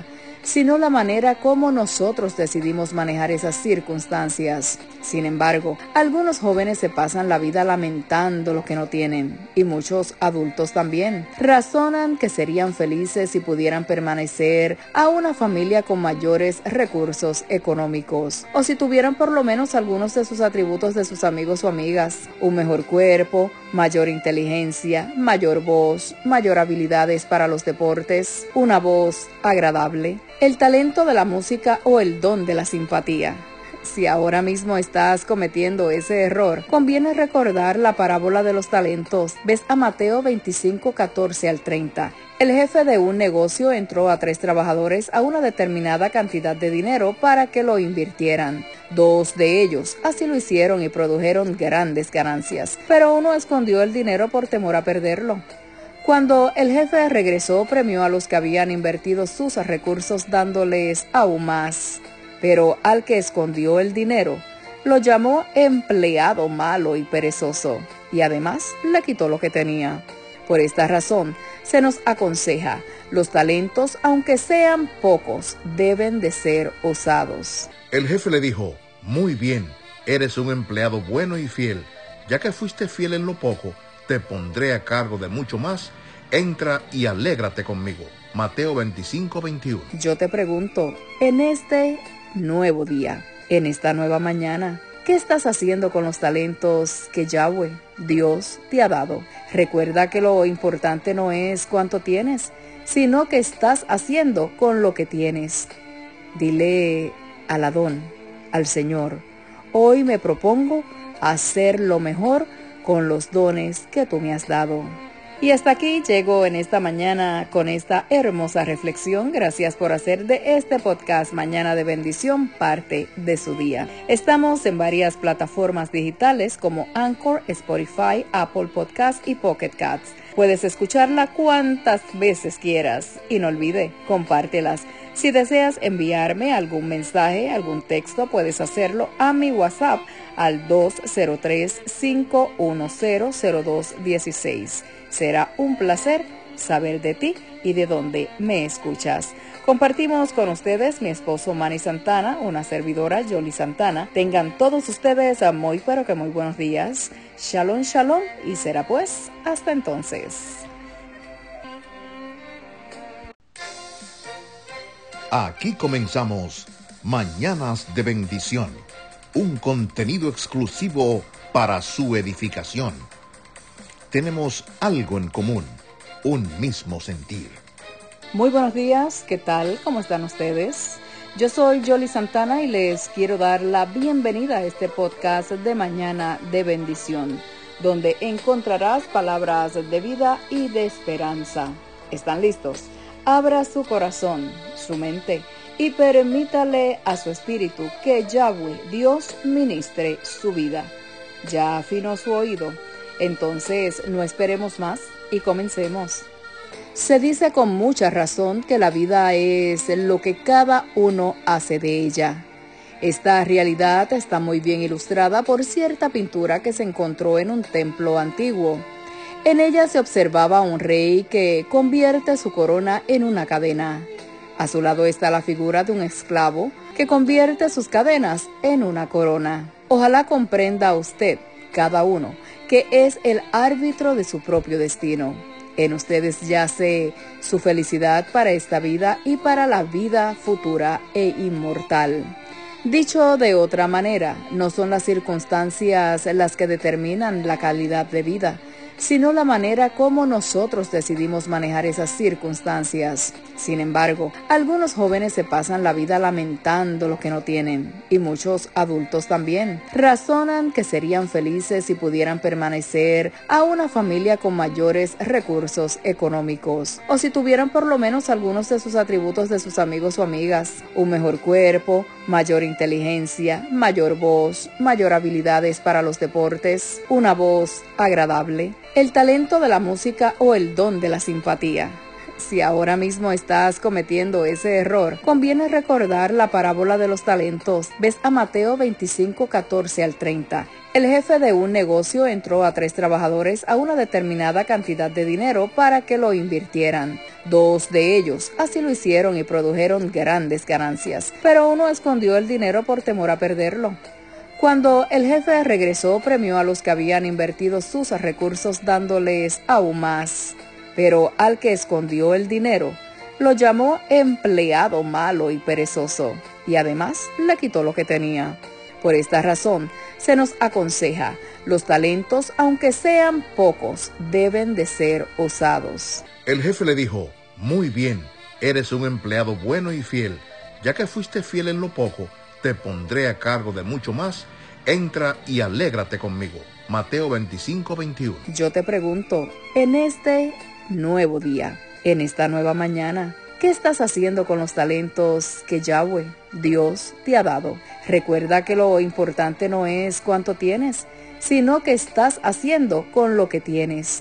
sino la manera como nosotros decidimos manejar esas circunstancias. Sin embargo, algunos jóvenes se pasan la vida lamentando lo que no tienen, y muchos adultos también. Razonan que serían felices si pudieran permanecer a una familia con mayores recursos económicos, o si tuvieran por lo menos algunos de sus atributos de sus amigos o amigas: un mejor cuerpo, mayor inteligencia, mayor voz, mayor habilidades para los deportes, una voz agradable, el talento de la música o el don de la simpatía. Si ahora mismo estás cometiendo ese error, conviene recordar la parábola de los talentos. Ves a Mateo veinticinco, catorce al treinta. El jefe de un negocio entró a tres trabajadores a una determinada cantidad de dinero para que lo invirtieran. Dos de ellos así lo hicieron y produjeron grandes ganancias, pero uno escondió el dinero por temor a perderlo. Cuando el jefe regresó, premió a los que habían invertido sus recursos dándoles aún más. Pero al que escondió el dinero, lo llamó empleado malo y perezoso, y además le quitó lo que tenía. Por esta razón, se nos aconseja, los talentos, aunque sean pocos, deben de ser usados. El jefe le dijo: muy bien, eres un empleado bueno y fiel. Ya que fuiste fiel en lo poco, te pondré a cargo de mucho más. Entra y alégrate conmigo. Mateo veinticinco, veintiuno. Yo te pregunto, en este nuevo día, en esta nueva mañana, ¿qué estás haciendo con los talentos que Yahweh, Dios, te ha dado? Recuerda que lo importante no es cuánto tienes, sino qué estás haciendo con lo que tienes. Dile al Adón, al Señor: hoy me propongo hacer lo mejor con los dones que tú me has dado. Y hasta aquí llego en esta mañana con esta hermosa reflexión. Gracias por hacer de este podcast Mañana de Bendición parte de su día. Estamos en varias plataformas digitales como Anchor, Spotify, Apple Podcast y Pocket Casts. Puedes escucharla cuantas veces quieras y no olvide, compártelas. Si deseas enviarme algún mensaje, algún texto, puedes hacerlo a mi WhatsApp al dos cero tres, cinco uno cero, cero dos uno seis. Será un placer saber de ti y de dónde me escuchas. Compartimos con ustedes mi esposo Manny Santana, una servidora Yoli Santana. Tengan todos ustedes muy pero que muy buenos días. Shalom, shalom, y será pues hasta entonces. Aquí comenzamos Mañanas de Bendición, un contenido exclusivo para su edificación. Tenemos algo en común, un mismo sentir. Muy buenos días, ¿qué tal? ¿Cómo están ustedes? Yo soy Yoli Santana y les quiero dar la bienvenida a este podcast de Mañana de Bendición, donde encontrarás palabras de vida y de esperanza. ¿Están listos? Abra su corazón, su mente y permítale a su espíritu que Yahweh, Dios, ministre su vida. ¿Ya afinó su oído? Entonces no esperemos más y comencemos. Se dice con mucha razón que la vida es lo que cada uno hace de ella. Esta realidad está muy bien ilustrada por cierta pintura que se encontró en un templo antiguo. En ella se observaba un rey que convierte su corona en una cadena. A su lado está la figura de un esclavo que convierte sus cadenas en una corona. Ojalá comprenda usted, cada uno, que es el árbitro de su propio destino. En ustedes yace su felicidad para esta vida y para la vida futura e inmortal. Dicho de otra manera, no son las circunstancias las que determinan la calidad de vida, sino la manera como nosotros decidimos manejar esas circunstancias. Sin embargo, algunos jóvenes se pasan la vida lamentando lo que no tienen, y muchos adultos también. Razonan que serían felices si pudieran permanecer a una familia con mayores recursos económicos, o si tuvieran por lo menos algunos de sus atributos de sus amigos o amigas: un mejor cuerpo, mayor inteligencia, mayor voz, mayor habilidades para los deportes, una voz agradable, el talento de la música o el don de la simpatía. Si ahora mismo estás cometiendo ese error, conviene recordar la parábola de los talentos. Ves a Mateo veinticinco, catorce al treinta. El jefe de un negocio entró a tres trabajadores a una determinada cantidad de dinero para que lo invirtieran. Dos de ellos así lo hicieron y produjeron grandes ganancias, pero uno escondió el dinero por temor a perderlo. Cuando el jefe regresó, premió a los que habían invertido sus recursos dándoles aún más. Pero al que escondió el dinero, lo llamó empleado malo y perezoso, y además le quitó lo que tenía. Por esta razón, se nos aconseja, los talentos, aunque sean pocos, deben de ser usados. El jefe le dijo, muy bien, eres un empleado bueno y fiel. Ya que fuiste fiel en lo poco, te pondré a cargo de mucho más. Entra y alégrate conmigo. Mateo veinticinco, veintiuno. Yo te pregunto, en este nuevo día, en esta nueva mañana, ¿qué estás haciendo con los talentos que Yahweh, Dios, te ha dado? Recuerda que lo importante no es cuánto tienes, sino qué estás haciendo con lo que tienes.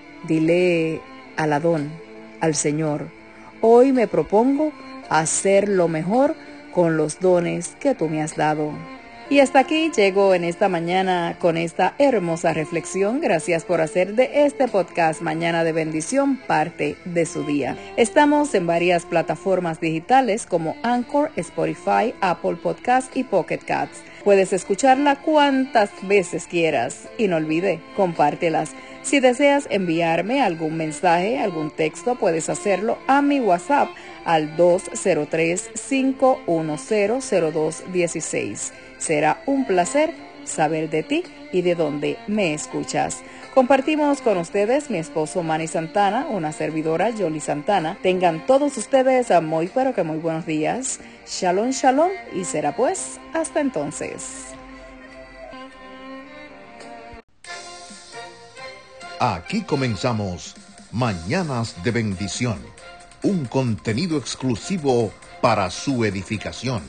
Dile al Adón, al Señor, hoy me propongo hacer lo mejor con los dones que tú me has dado. Y hasta aquí llego en esta mañana con esta hermosa reflexión. Gracias por hacer de este podcast Mañana de Bendición parte de su día. Estamos en varias plataformas digitales como Anchor, Spotify, Apple Podcast y Pocket Casts. Puedes escucharla cuantas veces quieras y no olvide, compártelas. Si deseas enviarme algún mensaje, algún texto, puedes hacerlo a mi WhatsApp al dos cero tres, cinco uno cero, cero dos uno seis. Será un placer saber de ti y de dónde me escuchas. Compartimos con ustedes mi esposo Manny Santana, una servidora Yoli Santana. Tengan todos ustedes muy pero que muy buenos días. Shalom, shalom y será pues hasta entonces. Aquí comenzamos Mañanas de Bendición, un contenido exclusivo para su edificación.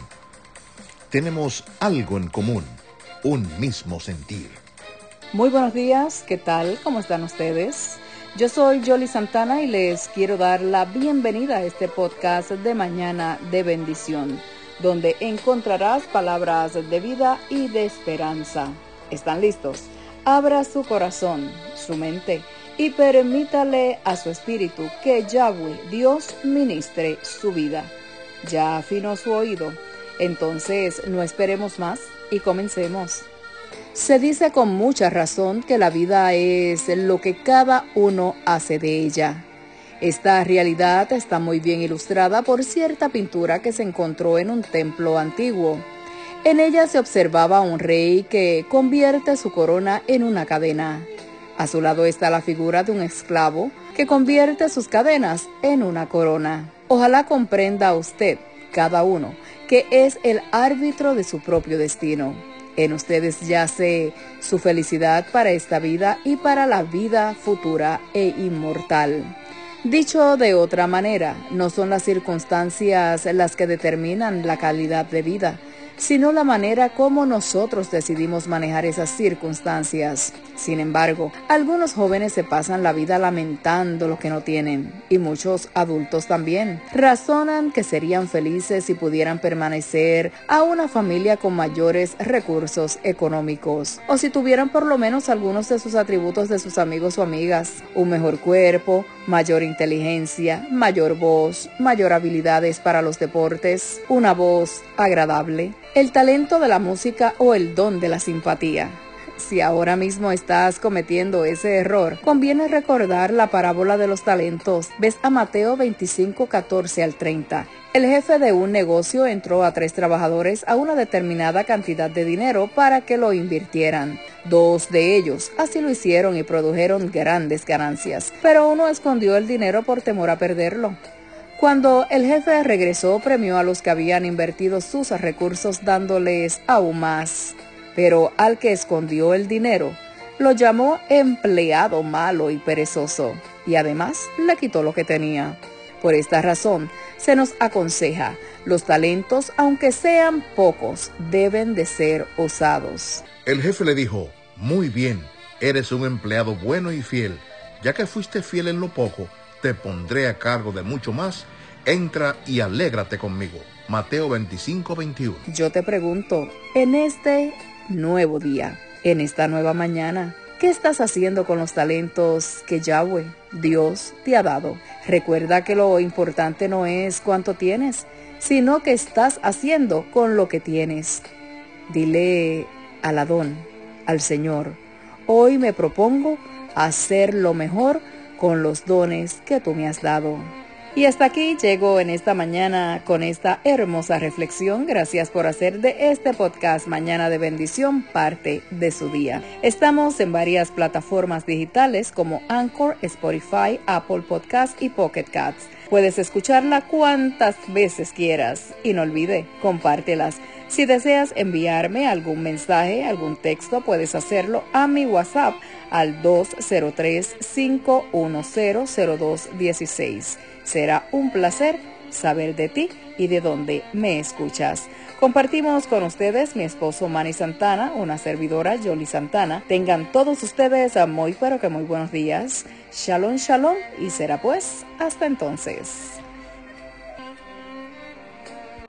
Tenemos algo en común, un mismo sentir. Muy buenos días, ¿qué tal? ¿Cómo están ustedes? Yo soy Yoli Santana y les quiero dar la bienvenida a este podcast de Mañana de Bendición, donde encontrarás palabras de vida y de esperanza. ¿Están listos? Abra su corazón, su mente y permítale a su espíritu que Yahweh, Dios, ministre su vida. ¿Ya afinó su oído? Entonces no esperemos más y comencemos. Se dice con mucha razón que la vida es lo que cada uno hace de ella. Esta realidad está muy bien ilustrada por cierta pintura que se encontró en un templo antiguo. En ella se observaba un rey que convierte su corona en una cadena. A su lado está la figura de un esclavo que convierte sus cadenas en una corona. Ojalá comprenda usted, cada uno, que es el árbitro de su propio destino. En ustedes yace su felicidad para esta vida y para la vida futura e inmortal. Dicho de otra manera, no son las circunstancias las que determinan la calidad de vida, sino la manera como nosotros decidimos manejar esas circunstancias. Sin embargo, algunos jóvenes se pasan la vida lamentando lo que no tienen, y muchos adultos también. Razonan que serían felices si pudieran permanecer a una familia con mayores recursos económicos, o si tuvieran por lo menos algunos de sus atributos de sus amigos o amigas: un mejor cuerpo, mayor inteligencia, mayor voz, mayor habilidades para los deportes, una voz agradable, el talento de la música o el don de la simpatía. Si ahora mismo estás cometiendo ese error, conviene recordar la parábola de los talentos. Ves a Mateo veinticinco, catorce al treinta. El jefe de un negocio entró a tres trabajadores a una determinada cantidad de dinero para que lo invirtieran. Dos de ellos así lo hicieron y produjeron grandes ganancias, pero uno escondió el dinero por temor a perderlo. Cuando el jefe regresó, premió a los que habían invertido sus recursos dándoles aún más. Pero al que escondió el dinero, lo llamó empleado malo y perezoso, y además le quitó lo que tenía. Por esta razón, se nos aconseja, los talentos, aunque sean pocos, deben de ser usados. El jefe le dijo, muy bien, eres un empleado bueno y fiel. Ya que fuiste fiel en lo poco, te pondré a cargo de mucho más. Entra y alégrate conmigo. Mateo veinticinco, veintiuno. Yo te pregunto, en este nuevo día, en esta nueva mañana, ¿qué estás haciendo con los talentos que Yahweh, Dios, te ha dado? Recuerda que lo importante no es cuánto tienes, sino qué estás haciendo con lo que tienes. Dile al Adón, al Señor, hoy me propongo hacer lo mejor con los dones que tú me has dado. Y hasta aquí llego en esta mañana con esta hermosa reflexión. Gracias por hacer de este podcast Mañana de Bendición parte de su día. Estamos en varias plataformas digitales como Anchor, Spotify, Apple Podcast y Pocket Casts. Puedes escucharla cuantas veces quieras y no olvide, compártelas. Si deseas enviarme algún mensaje, algún texto, puedes hacerlo a mi WhatsApp al dos cero tres, cinco uno cero, cero dos uno seis. Será un placer saber de ti y de dónde me escuchas. Compartimos con ustedes mi esposo Manny Santana, una servidora Yoli Santana. Tengan todos ustedes muy pero que muy buenos días. Shalom, shalom y será pues hasta entonces.